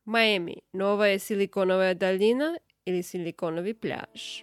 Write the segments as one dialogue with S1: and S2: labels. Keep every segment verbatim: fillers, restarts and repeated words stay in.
S1: Майами. Новая силиконовая долина или силиконовый пляж.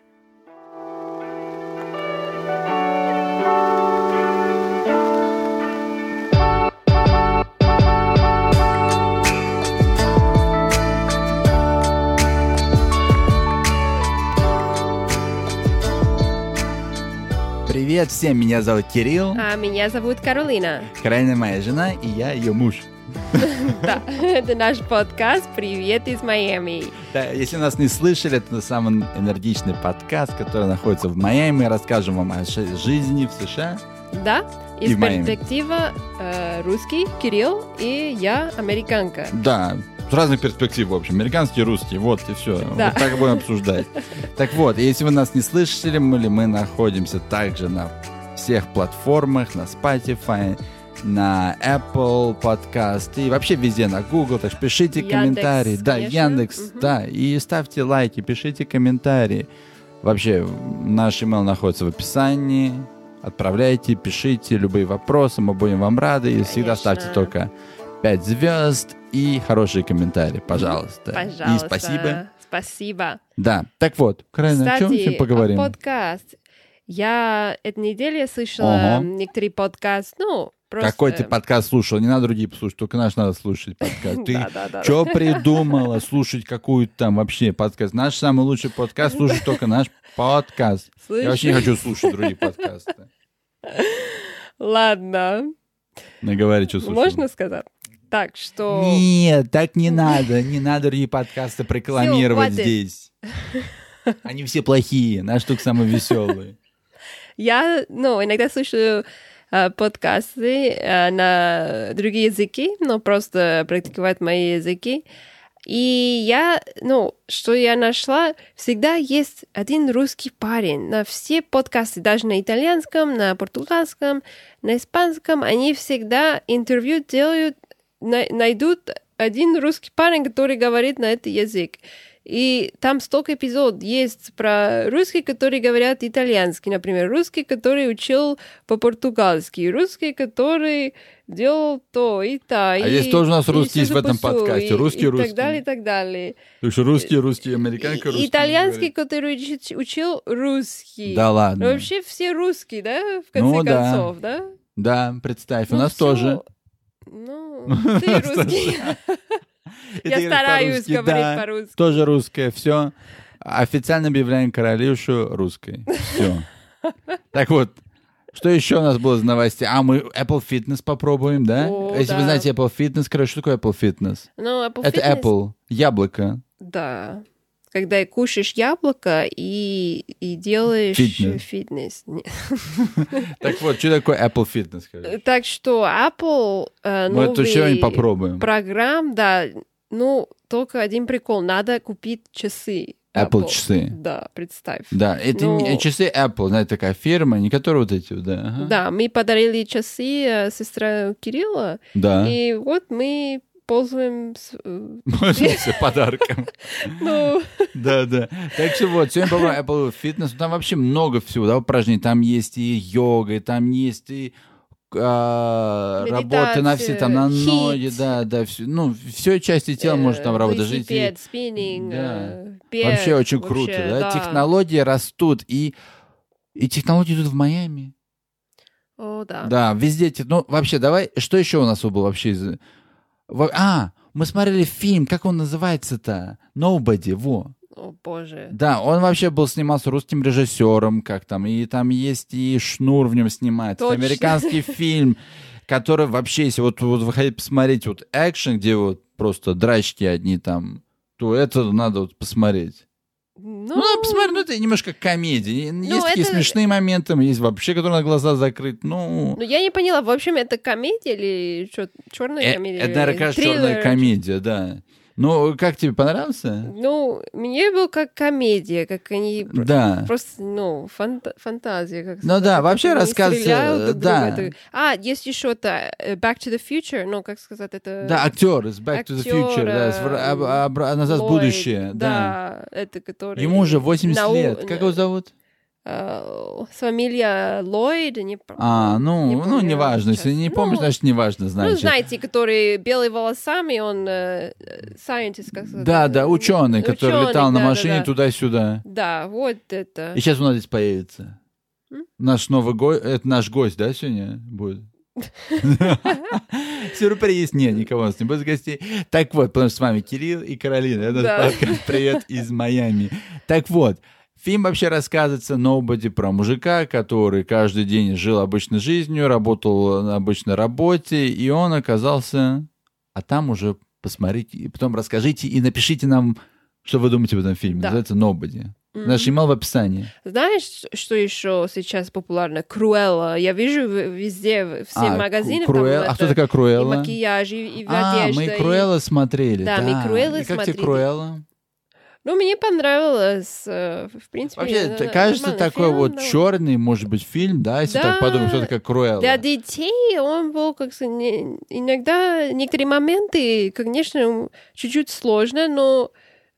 S2: Привет всем, меня зовут Кирилл.
S1: А меня зовут Каролина.
S2: Каролина моя жена, и я ее муж.
S1: Да, это наш подкаст «Привет из Майами».
S2: Да, если нас не слышали, это самый энергичный подкаст, который находится в Майами. Мы расскажем вам о жизни в США.
S1: Да, из
S2: И в Майами.
S1: перспективы э, русский Кирилл и я американка.
S2: Да, с разных перспектив, в общем. Американский и русский, вот и все.
S1: Да.
S2: Вот так будем обсуждать. Так вот, если вы нас не слышали, мы, мы находимся также на всех платформах, на Spotify, на Apple Podcast и вообще везде, на Google. Так что пишите
S1: Яндекс,
S2: комментарии. Да,
S1: конечно.
S2: Яндекс,
S1: Мгм.
S2: да. И ставьте лайки, пишите комментарии. Вообще, наш email находится в описании. Отправляйте, пишите любые вопросы, мы будем вам рады. И всегда
S1: Конечно.
S2: ставьте только пять звезд и хорошие комментарии, пожалуйста.
S1: Пожалуйста.
S2: И спасибо.
S1: Спасибо.
S2: Да, так вот, Каролина, о чем мы
S1: Кстати,
S2: сегодня поговорим?
S1: о подкаст. Я этой неделе слышала
S2: Ого.
S1: некоторые подкасты, ну, просто...
S2: Какой ты подкаст слушал? Не надо другие послушать, только наш надо слушать подкаст. Ты
S1: Да, да, да.
S2: что придумала слушать какую-то там вообще подкаст? Наш самый лучший подкаст, слушать только наш подкаст. Я вообще не хочу слушать другие подкасты.
S1: Ладно,
S2: Ну, говори, что слушать.
S1: можно сказать? Так, что...
S2: Нет, так не надо. Не надо другие подкасты прокламировать
S1: Всё, хватит.
S2: здесь. Они все плохие, наш только самый веселый.
S1: Я, ну, иногда слушаю э, подкасты э, на другие языки, но просто практиковать мои языки. И я, ну, что я нашла, всегда есть один русский парень на все подкасты, даже на итальянском, на португальском, на испанском, они всегда интервью делают, на- найдут один русский парень, который говорит на этот язык. И там столько эпизодов есть про русских, которые говорят итальянский, например, русский, который учил по-португальски, русский, который делал то и то.
S2: А
S1: и,
S2: есть тоже у нас
S1: и
S2: русский есть в этом
S1: всё-всё,
S2: подкасте,
S1: и-
S2: русский,
S1: и
S2: русский.
S1: так далее, и так далее.
S2: Потому что русский, русский, американка,
S1: И-
S2: русский.
S1: Итальянский, который учи- учил русский.
S2: Да ладно.
S1: Ну, вообще все русские, да, в конце
S2: Ну, да.
S1: концов, да?
S2: Да, представь, у
S1: Ну,
S2: нас
S1: всё.
S2: тоже.
S1: Ну, ты русский.
S2: И
S1: Я
S2: ты говоришь
S1: стараюсь
S2: по-русски,
S1: говорить
S2: да,
S1: по-русски.
S2: тоже русское, все. Официально объявляем Королюшу русской. Все. Так вот, что еще у нас было из новостей? А, мы Apple Fitness попробуем, да?
S1: О,
S2: Если вы
S1: да.
S2: знаете Apple Fitness, короче, что такое Apple Fitness?
S1: Ну, Apple
S2: Это
S1: Fitness-
S2: Apple, яблоко.
S1: Да. Когда кушаешь яблоко и, и делаешь
S2: Фитнес.
S1: фитнес. Не.
S2: Так вот, что такое Apple Fitness, короче?
S1: Так что Apple э,
S2: Мы это сегодня
S1: новый
S2: попробуем.
S1: программ, да, ну, только один прикол. Надо купить часы.
S2: Apple часы.
S1: Да, представь.
S2: Да, это
S1: Ну-
S2: не- часы Apple, знаете, такая фирма, не которые вот эти, вот, да. ага.
S1: Да, мы подарили часы э, сестре Кирилла,
S2: Да.
S1: и вот мы пользуемся... э,
S2: Пользуемся подарком.
S1: Ну,
S2: Да, да. Так что вот, сегодня попробуем Apple Fitness. Там вообще много всего, да, упражнений. Там есть и йога, и там есть и а, работа на все, там на
S1: Медитация,
S2: ноги,
S1: хит.
S2: да, да, все, ну, все части тела можно там работать. Даже эти-
S1: велосипед, спиннинг,
S2: Да.
S1: э, бег,
S2: Вообще очень
S1: вообще,
S2: круто, да? Технологии растут, и, и технологии идут в Майами.
S1: О, да.
S2: Да, везде. те- Ну, вообще, давай, что еще у нас было вообще из... Во- А, мы смотрели фильм, как он называется-то? Nobody, во.
S1: О, боже.
S2: Да, он вообще был снимался русским режиссером, как там, и там есть и Шнур в нем снимается. Это
S1: Точно.
S2: американский фильм, который вообще, если вот, вот вы хотите посмотреть вот экшен, где вот просто драчки одни там, то это надо вот посмотреть.
S1: Ну,
S2: Ну, надо посмотреть, ну, это немножко комедия. Есть такие
S1: это-
S2: смешные моменты, есть вообще, которые на глаза закрыть. Ну,
S1: ну, я не поняла, в общем, это комедия или что, черная
S2: э-
S1: комедия?
S2: это, наверное,
S1: или
S2: кажется, черная
S1: триллер?
S2: комедия, да. Ну, как тебе, понравился?
S1: Ну, мне был как комедия, как они пр-
S2: Да.
S1: просто, ну, фанта- фантазия. Как
S2: Ну да,
S1: сказать,
S2: вообще
S1: как они
S2: рассказывается,
S1: стреляют друг
S2: да.
S1: друга. Это- А, есть еще это э, Back to the Future, ну, как сказать, это...
S2: Да, актер из Back to the
S1: актер,
S2: Future, да, с вра- об- об- назад в
S1: Ллойд,
S2: будущее, да.
S1: Да, это который...
S2: Ему уже восемьдесят
S1: нау-
S2: лет. Как его зовут?
S1: э, с фамилия Ллойд. Не,
S2: А, ну,
S1: не
S2: ну,
S1: помню
S2: неважно.
S1: сейчас.
S2: Если не помнишь,
S1: Ну,
S2: значит, неважно, значит.
S1: Ну, знаете, который белый волосами, он э, scientist, как сказать.
S2: Да, да, ученый, который
S1: Ученый,
S2: летал на
S1: да,
S2: машине
S1: да, да.
S2: туда-сюда.
S1: Да, вот это.
S2: И сейчас у нас здесь появится.
S1: М?
S2: Наш новый гость, это наш гость, да, сегодня будет? Сюрприз. Нет, никого у нас не будет гостей. Так вот, потому что с вами Кирилл и Каролина. Это
S1: Да.
S2: подкаст «Привет из Майами». Так вот, фильм вообще рассказывается «Nobody» про мужика, который каждый день жил обычной жизнью, работал на обычной работе, и он оказался... А там уже посмотрите, и потом расскажите и напишите нам, что вы думаете об этом фильме.
S1: Да.
S2: Называется «Nobody».
S1: Мгм.
S2: Наш email в описании.
S1: Знаешь, что еще сейчас популярно? Круэлла. Я вижу в- везде, в- все
S2: А,
S1: магазины.
S2: Круэлла.
S1: там
S2: А кто
S1: это
S2: такая
S1: И
S2: Круэлла?
S1: макияж, и, и
S2: А,
S1: одежда.
S2: мы
S1: и-
S2: Круэлла смотрели.
S1: Да, мы Круэллы
S2: И как тебе
S1: смотрели.
S2: Круэлла?
S1: Ну, мне понравилось, э, в принципе.
S2: Вообще,
S1: н-
S2: т- кажется,
S1: нормальный
S2: такой
S1: фильм,
S2: вот
S1: да.
S2: черный, может быть, фильм, да, если
S1: Да.
S2: так подумать, кто такая Круэлла.
S1: Для детей он был, как сказать, не- иногда некоторые моменты, конечно, чуть-чуть сложно, но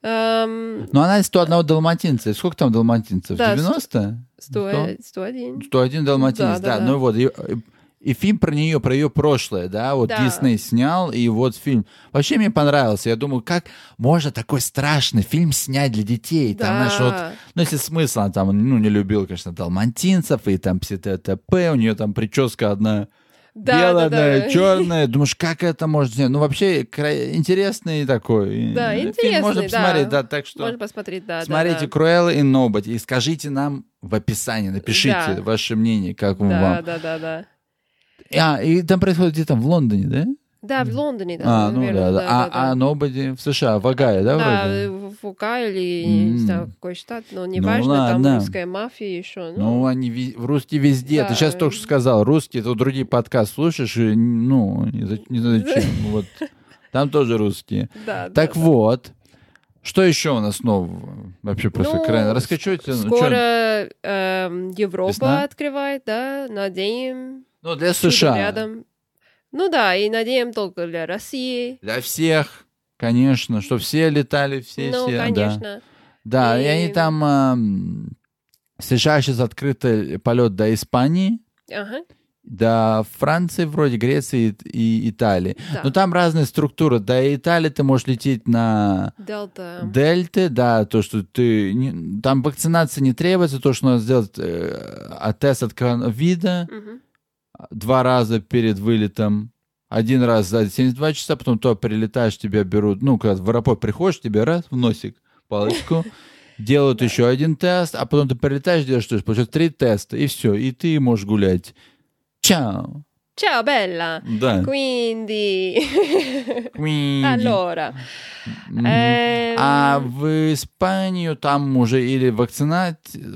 S1: эм,
S2: Но она из сто одного далматинца. Сколько там далматинцев?
S1: Да,
S2: девяносто?
S1: сто,
S2: Сто?
S1: сто один.
S2: сто один далматинец,
S1: Да,
S2: да.
S1: да,
S2: Ну
S1: да.
S2: вот, и, и фильм про нее, про ее прошлое, да, вот
S1: Да.
S2: Дисней снял, и вот фильм. Вообще мне понравился. Я думаю, как можно такой страшный фильм снять для детей? Там, знаешь, вот,
S1: Да.
S2: ну, если смысл, она там, ну, не любила, конечно, далматинцев, и там все т.т.п., у нее там прическа одна
S1: Да,
S2: белая,
S1: да, да.
S2: одна черная. Думаешь, как это можно снять? Ну, вообще, кра- интересный такой.
S1: Да,
S2: фильм
S1: интересный,
S2: можно
S1: да.
S2: посмотреть, да, так что...
S1: Можно посмотреть, да. да,
S2: Смотрите
S1: да.
S2: Круэлла и Nobody и скажите нам в описании, напишите
S1: Да.
S2: ваше мнение, как
S1: Да,
S2: вам.
S1: да, да, да.
S2: А, и там происходит где-то в Лондоне, да?
S1: Да, в Лондоне, да.
S2: а, ну
S1: наверное,
S2: да, да. А, а Nobody в США, в Огайо, да,
S1: Да,
S2: вроде?
S1: в Фука или не
S2: М.
S1: знаю, какой штат, но неважно,
S2: ладно.
S1: там русская мафия еще.
S2: Ну, они ви- в русские везде.
S1: Да.
S2: Ты сейчас только что сказал, русские, ты другие подкасты слушаешь, и, ну, не за- не знаю зачем. Вот. Там тоже русские.
S1: да,
S2: Так
S1: да,
S2: вот, что еще у нас нового? Вообще просто
S1: Ну,
S2: крайне. Расскажите.
S1: да.
S2: ну, чё-
S1: Скоро эм, Европа
S2: Весна?
S1: открывает, да, надеем.
S2: Ну, для
S1: чудо
S2: США.
S1: рядом. Ну да, и надеем только для России.
S2: Для всех, конечно, что все летали, все,
S1: Ну,
S2: все. Да.
S1: конечно.
S2: Да, и...
S1: И-
S2: они там... эм, в США сейчас открытый полет до Испании,
S1: Ага,
S2: до Франции вроде, Греции и, и Италии.
S1: да.
S2: Но там разные структуры. До Италии ты можешь лететь на
S1: Дельта.
S2: Дельты, да, то, что ты... не- там вакцинация не требуется, то, что надо сделать э, а тест от ковида
S1: Мгм.
S2: два раза перед вылетом. Один раз за семьдесят два часа, потом то прилетаешь, тебя берут, ну, когда в аэропорт приходишь, тебе раз в носик палочку, делают еще один тест, а потом ты прилетаешь, делаешь что-то, получается три теста, и все, и ты можешь гулять. Чао.
S1: Ciao bella.
S2: Да.
S1: Quindi,
S2: Quindi.
S1: allora,
S2: Мгм.
S1: эм,
S2: А в Испанию там уже или вакцинать,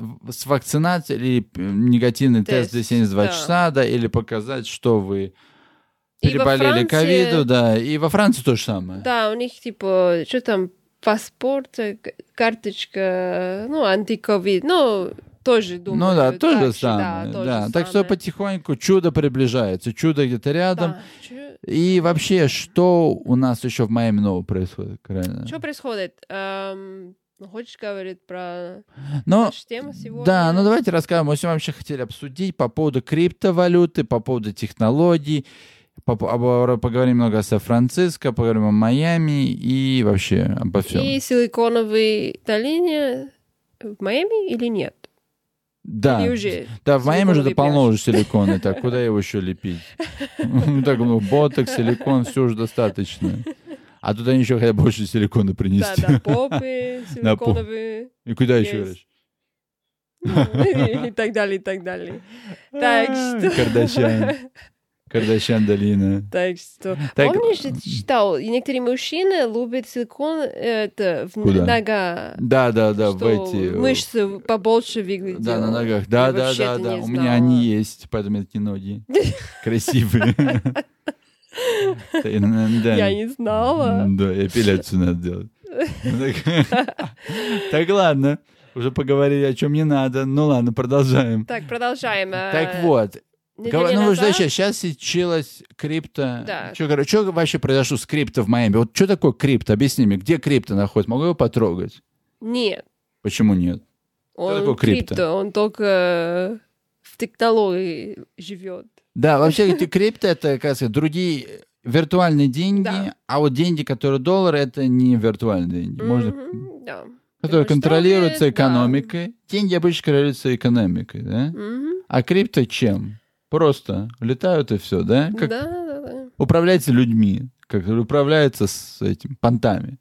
S2: с вакцинацией, или негативный тест,
S1: Тест,
S2: за семьдесят два
S1: да.
S2: часа, да, или показать, что вы
S1: И во
S2: переболели
S1: Франции-
S2: ковиду, да, и во Франции то же самое.
S1: да, у них типа, что там, паспорт, э, к- карточка, ну, антиковид, ну, тоже думаю.
S2: Ну да, то
S1: так
S2: же
S1: же,
S2: самое.
S1: то же
S2: Да, так что
S1: самое.
S2: потихоньку чудо приближается, чудо где-то рядом.
S1: Да. Чё-
S2: И вообще, что у нас еще в Майами нового происходит? Правильно?
S1: Что происходит? Эм, ну, хочешь говорить про
S2: Но,
S1: нашу тему сегодня?
S2: да, ну давайте расскажем. Мы сегодня вообще хотели обсудить по поводу криптовалюты, по поводу технологий, по- обо- поговорим много о Сан-Франциско, поговорим о Майами и вообще обо всем.
S1: И силиконовые долины в Майами или нет?
S2: Да,
S1: Или уже
S2: да, в Майами уже
S1: силиконовый
S2: полно
S1: пляж?
S2: уже силикона, так куда его еще лепить? Так, ну, ботокс, силикон, все уже достаточно. А тут они еще хотят больше силикона
S1: Да,
S2: принести.
S1: да, попы,
S2: На поп-
S1: силиконовые.
S2: И куда еще,
S1: Есть.
S2: говоришь?
S1: И так далее, и так далее. Так что...
S2: Кардашьян. Кардашьян долина.
S1: Так что...
S2: Так-
S1: Помнишь, ты читал, и некоторые мужчины любят силикон это, в
S2: Куда?
S1: нога,
S2: Да, да, да, в
S1: что
S2: эти...
S1: мышцы побольше выглядят.
S2: Да, на ногах. Да,
S1: Я
S2: да, да,
S1: вообще-то
S2: да.
S1: не
S2: У меня
S1: знала.
S2: они есть, поэтому это не ноги. Красивые. Да.
S1: Я не знала.
S2: Да, эпиляцию надо делать. Так так, ладно. Уже поговорили, о чем не надо. Ну ладно, продолжаем.
S1: Так, продолжаем.
S2: Так вот.
S1: Неделю
S2: Гова- Ну,
S1: назад-
S2: подожди, сейчас случилась крипто.
S1: Да.
S2: Что вообще произошло с крипто в Майами? Вот что такое крипто? Объясни мне, где крипто находится? Могу его потрогать?
S1: Нет.
S2: Почему нет?
S1: Он
S2: такое крипто?
S1: крипто, он только в технологии живет.
S2: Да, вообще эти крипто это, как сказать, другие виртуальные деньги,
S1: Да.
S2: а вот деньги, которые доллары, это не виртуальные деньги. Можно,
S1: Мгм, да.
S2: которые
S1: Потому что
S2: контролируются
S1: стоит, да.
S2: экономикой. Деньги обычно контролируются экономикой, да?
S1: Мгм.
S2: А крипто чем? Просто летают и все, да? Как
S1: Да, да, да.
S2: управляется людьми, как управляется с этим понтами.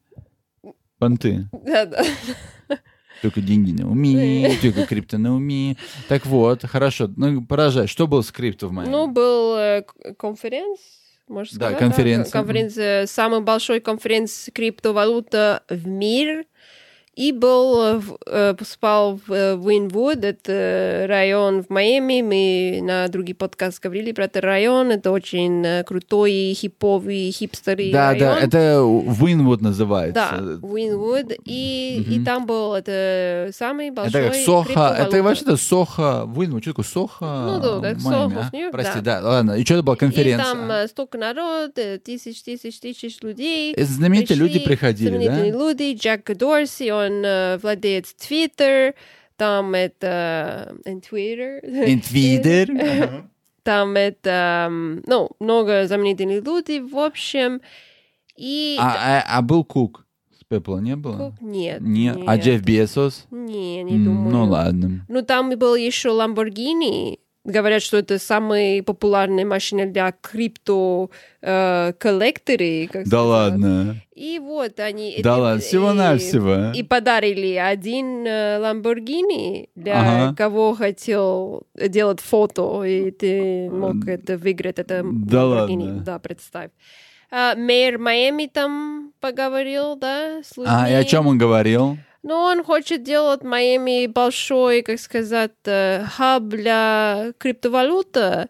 S2: Понты.
S1: Да, да.
S2: Только деньги на уме, только крипто на уме. Так вот, хорошо. Ну, поражай. Что было с крипто в Майами?
S1: Ну, был э, к- конференц, можно
S2: Да,
S1: сказать.
S2: конференция.
S1: Да, конференция, самый большой конференц криптовалюта в мире. И был, э, в- э, поступал в э, Уинвуд, это район в Майами. Мы на другие подкасты говорили про этот район. Это очень э, крутой, хиповый, хипстерый
S2: Да,
S1: район.
S2: да, это Винвуд называется.
S1: Да, Уинвуд. И, и
S2: Мгм.
S1: там был это самый большой
S2: Это как Сохо,
S1: криптовалюта.
S2: это вообще-то Сохо, Винвуд, что такое Сохо?
S1: Ну да, как
S2: Майами,
S1: Сохо
S2: а?
S1: в Нью-Йорк,
S2: Прости,
S1: да.
S2: да, ладно. И что это была конференция?
S1: И там э, столько народ, э, тысяч, тысяч, тысяч людей.
S2: Э, Знаменитые люди приходили,
S1: знаменитые
S2: да?
S1: люди. Джек Дорси, он э, владеет Twitter. Там это... э, Twitter.
S2: Интвидер. Ага.
S1: Там это... м, Ну, много знаменитых людей, в общем. И...
S2: А, а- а был Кук с Пепла, не было?
S1: Кук? Нет.
S2: Не. А
S1: нет.
S2: Джефф Безос?
S1: Не, не
S2: М,
S1: думаю.
S2: Ну ладно.
S1: Ну, там и был еще Lamborghini. Говорят, что это самая популярная машина для крипто э, коллекторы, как
S2: Да
S1: сказать.
S2: ладно.
S1: И вот они...
S2: Да
S1: и-
S2: ладно, всего-навсего.
S1: И, и подарили один э, Lamborghini для
S2: Ага.
S1: кого хотел делать фото, и ты мог это выиграть, это
S2: Да
S1: Lamborghini.
S2: ладно.
S1: Да, представь. А, мэр Майами там поговорил, да, с людьми.
S2: А, и о чем он говорил?
S1: Ну, он хочет делать Майами большой, как сказать, э, хаб для криптовалюты.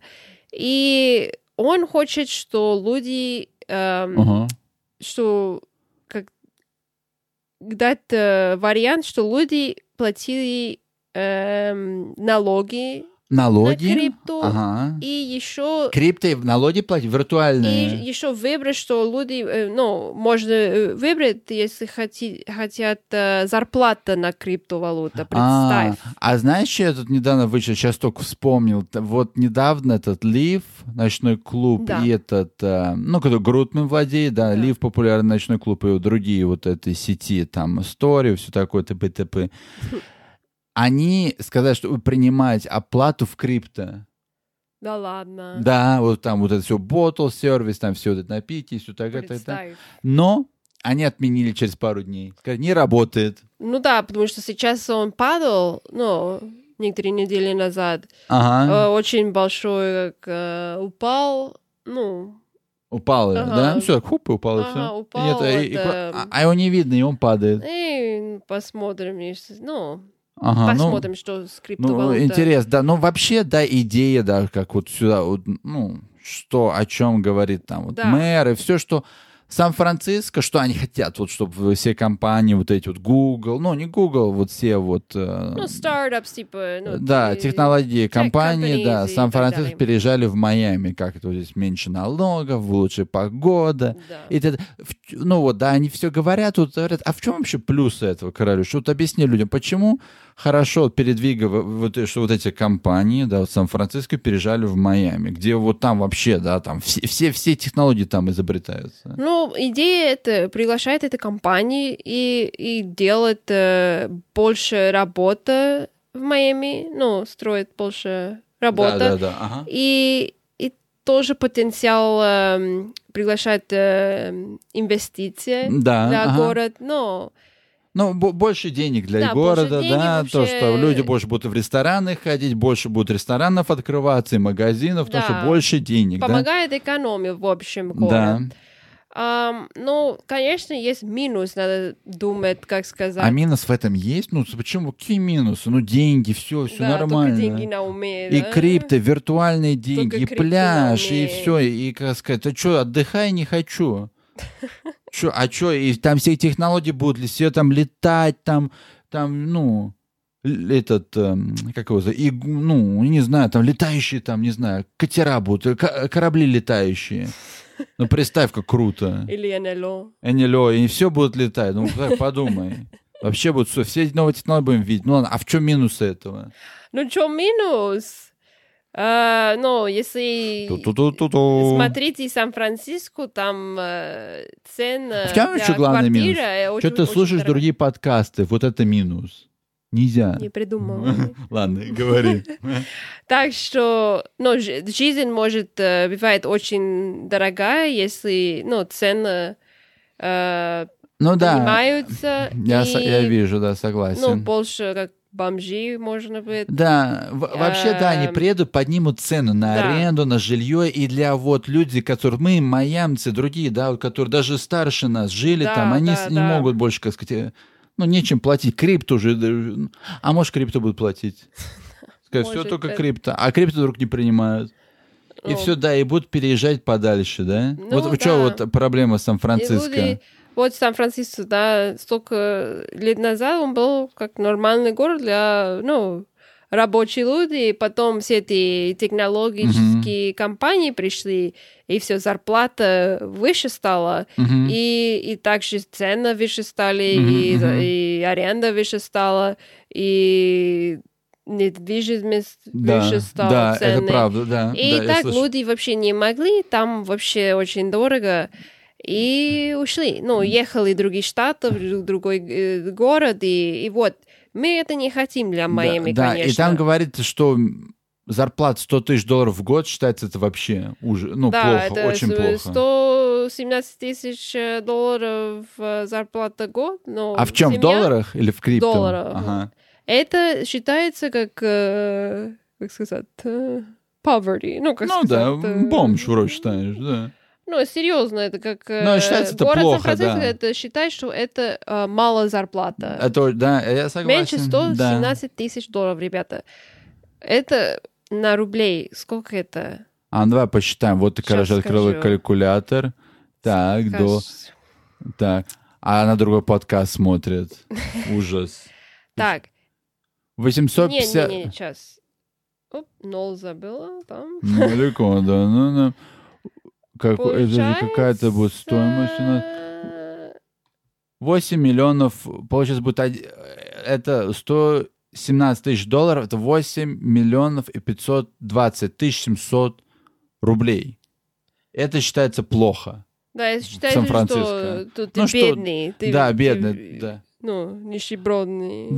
S1: И он хочет, что люди, эм,
S2: Ага.
S1: что как дать э, вариант, что люди платили эм, налоги
S2: Налоги?
S1: на крипту,
S2: Ага.
S1: и еще
S2: Крипто налоги платить,
S1: и
S2: виртуальные.
S1: еще выбрать, что люди, э, ну, можно э, выбрать, если хоти, хотят э, зарплата на криптовалюту, представь.
S2: А, а знаешь, что я тут недавно вычел, сейчас только вспомнил. Т- Вот недавно этот Лив, ночной клуб,
S1: Да.
S2: и этот, э, ну, который Грутман владеет, да,
S1: Да.
S2: Лив популярный ночной клуб, и вот другие вот этой сети, там, Story, все такое, т.п. т.п. Они сказали, что принимать оплату в крипто.
S1: Да ладно.
S2: Да, вот там вот это все ботл сервис, там все это напитки, все так, так, так.
S1: Представь.
S2: Но они отменили через пару дней. Сказали, не работает.
S1: Ну да, потому что сейчас он падал, ну, некоторые недели назад.
S2: Ага.
S1: Э, очень большой, как э, упал, ну,
S2: Упал,
S1: Ага.
S2: да? Все, так хуп, и упал, и
S1: Ага,
S2: все.
S1: упал,
S2: и, и-
S1: это-
S2: а, а его не видно, и он падает.
S1: и посмотрим, если- ну,
S2: Ага, ну,
S1: посмотрим, что с
S2: ну,
S1: криптовалютой.
S2: интересно, да. Ну, вообще, да, идея, да, как вот сюда, вот, ну, что, о чем говорит там вот
S1: Да.
S2: мэр, и все, что Сан-Франциско, что они хотят, вот, чтобы все компании, вот эти вот Google, ну, не Google, вот все вот... э,
S1: Ну, стартапс, типа, ну,
S2: да,
S1: ты-
S2: технологии компании,
S1: companies
S2: да,
S1: и так
S2: Сан-Франциско
S1: далее.
S2: переезжали в Майами, как это вот здесь меньше налогов, лучше погода.
S1: Да.
S2: И т- в- ну вот, да, они все говорят, вот говорят, а в чем вообще плюсы этого, королю? Что вот объясни людям, почему хорошо передвигав, вот, что вот эти компании, да, вот Сан-Франциско переезжали в Майами, где вот там вообще, да, там все, все, все технологии там изобретаются.
S1: Ну, идея это приглашает эту компанию и, и делать э, больше работы в Майами, ну, строит больше работы.
S2: Да, да, да, ага.
S1: И, и тоже потенциал эм, приглашать э, инвестиции
S2: Да,
S1: для
S2: ага.
S1: города, но
S2: Ну, бо- больше денег для
S1: Да,
S2: города,
S1: больше денег
S2: да, то,
S1: вообще.
S2: что люди больше будут в рестораны ходить, больше будут ресторанов открываться и магазинов, потому
S1: Да.
S2: что больше денег, да?
S1: помогает экономии в общем
S2: Да.
S1: города. Ам, ну, конечно, есть минус, надо думать, как сказать.
S2: А минус в этом есть? Ну, почему? Какие минусы? Ну, деньги, все, все
S1: Да,
S2: нормально.
S1: только деньги на уме,
S2: И
S1: да?
S2: крипто, виртуальные деньги, и
S1: крипто
S2: пляж,
S1: на
S2: и
S1: уме.
S2: все. И, как сказать, а что, отдыхай, не хочу. Чё, а что, и там все технологии будут, ли все там летать, там, там, ну, л- этот, эм, как его зовут, и, ну, не знаю, там летающие, там, не знаю, катера будут, э, ка- корабли летающие. Ну, представь, как круто.
S1: Или эн эл о.
S2: эн эл о, и все будут летать. Ну, так подумай. Вообще будут все новые технологии будем видеть. Ну ладно, а в чем минусы этого?
S1: Ну, что минус? А, ну, если
S2: Ту-ту-ту-ту-ту.
S1: смотрите Сан-Франциско, там э, цена
S2: А в чем
S1: для
S2: еще главный минус?
S1: квартиры очень-
S2: Что ты
S1: очень
S2: слушаешь
S1: дорогая.
S2: другие подкасты? Вот это минус. Нельзя.
S1: Не придумал.
S2: Ладно, говори.
S1: Так что, ну, жи- жизнь может э, бывает очень дорогая, если, ну, цены э,
S2: Ну да,
S1: поднимаются.
S2: я,
S1: и,
S2: со- я вижу, да,
S1: Ну,
S2: согласен.
S1: больше как бомжи, можно быть.
S2: Да, в- вообще, да, они
S1: Эм,
S2: приедут, поднимут цену на
S1: да.
S2: аренду, на жилье, и для вот людей, которые мы, майамцы, другие, да, вот, которые даже старше нас жили
S1: Да,
S2: там, они
S1: да,
S2: с- не
S1: да.
S2: могут больше, как сказать, э, ну, нечем платить. Крипту уже, даже- а может, крипту будут платить? Сказать, все
S1: Может,
S2: только
S1: это-
S2: крипто, а крипту вдруг не принимают. И
S1: Ну,
S2: все, да, и будут переезжать подальше, да?
S1: Ну,
S2: вот в
S1: да.
S2: чем вот проблема
S1: и
S2: Сан-Франциско?
S1: люди- вот Сан-Франциско, да, столько лет назад он был как нормальный город для, ну, рабочие люди, и потом все эти технологические компании пришли, и все, зарплата выше стала,
S2: Мгм.
S1: и, и также цены выше стали,
S2: Мгм,
S1: и,
S2: мгм.
S1: и аренда выше стала, и недвижимость
S2: Да,
S1: выше стала,
S2: да, это
S1: цены.
S2: правда, да.
S1: И
S2: да, я
S1: так
S2: слышу.
S1: люди вообще не могли, там вообще очень дорого, и ушли. Ну, ехали в другие штаты, в другой э, город, и, и вот. Мы это не хотим для Майами,
S2: да, да,
S1: конечно.
S2: и там говорится, что зарплата сто тысяч долларов в год считается это вообще уже, ну,
S1: Да,
S2: плохо,
S1: это
S2: очень
S1: с-
S2: плохо.
S1: сто семнадцать тысяч долларов э, зарплата в год. Но
S2: А в чем, в
S1: семья-
S2: долларах или в крипто?
S1: Долларов.
S2: Ага.
S1: Это считается как, э, как сказать, э, poverty. Ну, как
S2: Ну да,
S1: сказать, э,
S2: бомж вроде считаешь, да.
S1: Ну, серьезно, это как... э,
S2: Ну, считается, это
S1: город
S2: плохо,
S1: Сан-Франциско,
S2: да.
S1: это считает, что это э, мало зарплата.
S2: Это, да, я согласен.
S1: Меньше сто семнадцать тысяч долларов, ребята. Это на рублей. Сколько это?
S2: Да. А, ну давай посчитаем. Вот ты,
S1: Щас
S2: короче, открыла
S1: скажу.
S2: калькулятор. Так, до...
S1: Скаж-
S2: Так. А на другой подкаст смотрит. Ужас.
S1: Так,
S2: восемьсот пятьдесят...
S1: не-не-не, сейчас. Оп, ноль забыла там.
S2: Ну, далеко, да. Ну, ну. Как... Это же какая-то будет стоимость у нас.
S1: Получается,
S2: восемь миллионов, получается, будет од- это сто семнадцать тысяч долларов, это восемь миллионов и пятьсот двадцать тысяч семьсот рублей. Это считается плохо.
S1: Да, я считаю,
S2: Сан-Франциско.
S1: что тут ты
S2: Ну, что-
S1: бедный. ты-
S2: да,
S1: ты,
S2: бедный, да.
S1: Ну, нищебродный.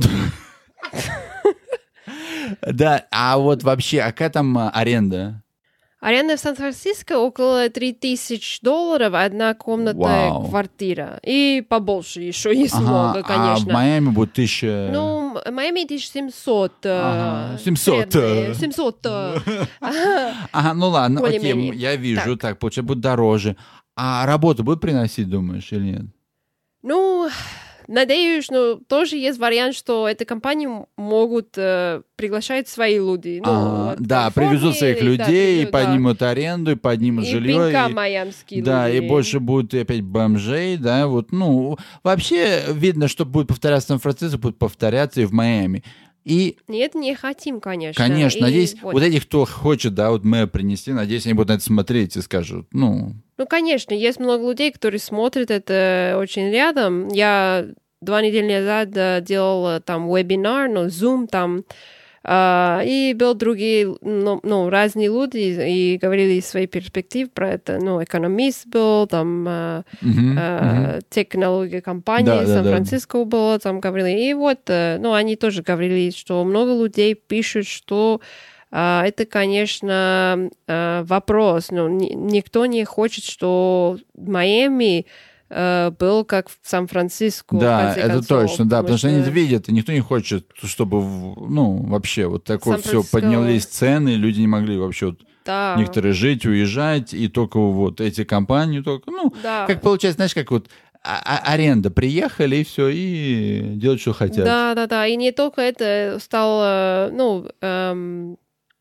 S2: Да, а вот вообще, а какая там а, аренда?
S1: Аренда в Сан-Франциско около три тысячи долларов, одна комната,
S2: Вау.
S1: квартира. И побольше еще есть
S2: Ага,
S1: много,
S2: а в
S1: конечно.
S2: Майами будет тысяча...
S1: Ну, в Майами тысяча семьсот. э,
S2: Ага, семьсот,
S1: средняя,
S2: э.
S1: семьсот. э.
S2: Ага, ну ладно, окей,
S1: более-менее.
S2: я вижу, так,
S1: Так.
S2: получается, будет дороже. А работу будет приносить, думаешь, или нет?
S1: Ну, надеюсь, но тоже есть вариант, что эти компании могут э, приглашать свои люди. Ну,
S2: А,
S1: от
S2: да,
S1: Калифорнии,
S2: привезут своих
S1: да,
S2: людей, и
S1: привезут, да.
S2: поднимут аренду, и поднимут
S1: И
S2: жилье.
S1: пинка
S2: и-
S1: майамские
S2: Да,
S1: люди.
S2: и больше будет и опять бомжей, да, вот, ну, вообще видно, что будет повторяться в Сан-Франциско, будет повторяться и в Майами. И,
S1: Нет, не хотим, конечно.
S2: конечно,
S1: И
S2: надеюсь,
S1: вот.
S2: вот этих, кто хочет, да, вот мэр принести, надеюсь, они будут на это смотреть и скажут, ну,
S1: Ну, конечно, есть много людей, которые смотрят это очень рядом. Я два недели назад э, делал э, там вебинар, ну, Zoom там, э, и был другие, ну, ну, разные люди, и говорили свои перспективы про это. Ну, экономист был, там, э,
S2: мгм,
S1: э,
S2: мгм.
S1: технология компании
S2: Да, да, да.
S1: Сан-Франциско было, там говорили. И вот, э, ну, они тоже говорили, что много людей пишут, что э, это, конечно, э, вопрос. Ну, ни- никто не хочет, что Майами э, был как в Сан-Франциско. в
S2: Да,
S1: конце
S2: это
S1: концов,
S2: точно, да, потому что они это
S1: что-
S2: видят, и никто не хочет, чтобы, в- ну, вообще вот такое все
S1: Сан-Франциско-
S2: поднялись цены, люди не могли вообще вот
S1: Да,
S2: некоторые жить, уезжать, и только вот эти компании только, ну,
S1: да.
S2: как получается, знаешь, как вот а- а- аренда, приехали, и все, и делают, что хотят.
S1: Да, да, да. И не только это стало, ну, эм,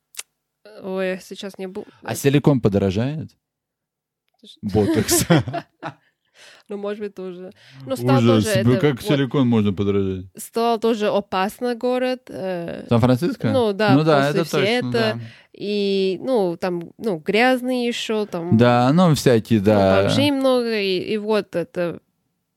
S1: ой, сейчас не буду.
S2: А силикон подорожает? Ботокс.
S1: Ну, может быть, тоже. Ну, стал
S2: Ужас,
S1: тоже
S2: ну,
S1: это,
S2: как
S1: вот,
S2: силикон можно подорожать?
S1: стал тоже опасный город. э,
S2: Сан-Франциско?
S1: Ну, да,
S2: ну, да,
S1: после
S2: это
S1: все
S2: точно,
S1: это. И, ну, там, ну, грязный еще, там,
S2: да. Да, ну, всякие,
S1: ну,
S2: да.
S1: бомжей много, и, и вот это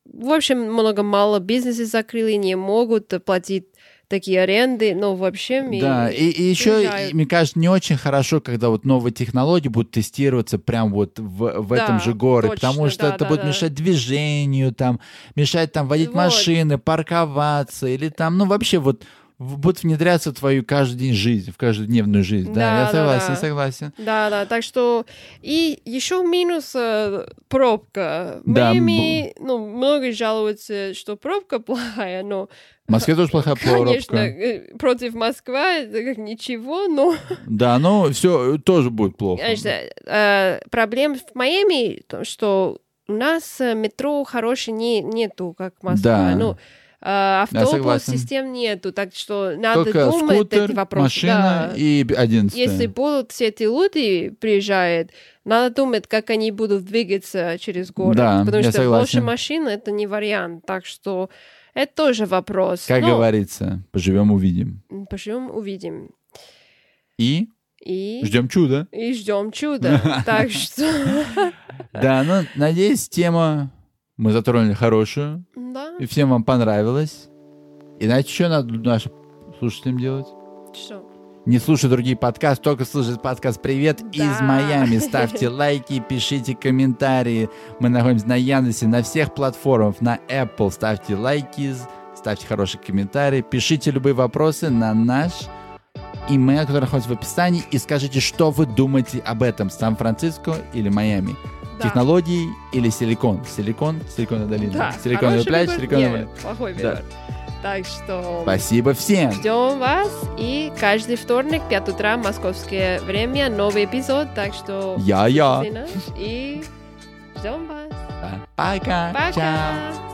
S1: в общем, много мало бизнесов закрыли, не могут платить такие аренды, но вообще...
S2: Да, и, и еще, и, мне кажется, не очень хорошо, когда вот новые технологии будут тестироваться прям вот в, в да, этом же городе, точно, потому что да, это да, будет да. мешать движению, там, мешать там водить вот. машины, парковаться, или там, ну, вообще вот будут внедряться в твою каждый день жизнь, в каждодневную жизнь. Да, да я согласен,
S1: да.
S2: согласен.
S1: Да, да, так что... И еще минус э, пробка. В да. Майами, ну, многие жалуются, что пробка плохая, но...
S2: В Москве тоже плохая пробка.
S1: Конечно, против Москвы это как ничего, но...
S2: Да, но все тоже будет плохо.
S1: Конечно, э, проблем в Майами, что у нас метро хороший не, нету, как Москва. Да. Ну, э, автобус систем нету, так что надо
S2: только
S1: думать
S2: скутер,
S1: эти вопросы.
S2: Машина да. и одиннадцатая.
S1: Если будут все эти люди приезжают, надо думать, как они будут двигаться через город.
S2: Да,
S1: потому
S2: я
S1: что
S2: согласен.
S1: больше машин это не вариант. Так что это тоже вопрос.
S2: Как
S1: Но...
S2: говорится, поживем увидим.
S1: Поживем увидим.
S2: И?
S1: И
S2: ждем чуда.
S1: И ждем чуда. Так что...
S2: Да, ну, надеюсь, тема мы затронули хорошую.
S1: Да.
S2: И всем вам понравилось. И знаете, что надо нашим слушателям делать?
S1: Что?
S2: Не слушай другие подкасты, только слушай подкаст «Привет» да. из Майами. Ставьте лайки, пишите комментарии. Мы находимся на Яндексе, на всех платформах, на Apple. Ставьте лайки, ставьте хорошие комментарии. Пишите любые вопросы на наш имейл, который находится в описании. И скажите, что вы думаете об этом. Сан-Франциско или Майами. Да. Технологии или силикон. Силикон, силиконовая долина. Да. Силиконовый пляж, силиконовая долина.
S1: Плохой выбор. Да. Так что...
S2: Спасибо всем.
S1: Ждем вас. И каждый вторник, пять утра, московское время, новый эпизод. Так что...
S2: Я-я.
S1: И ждем вас.
S2: Пока.
S1: Пока.
S2: Чао.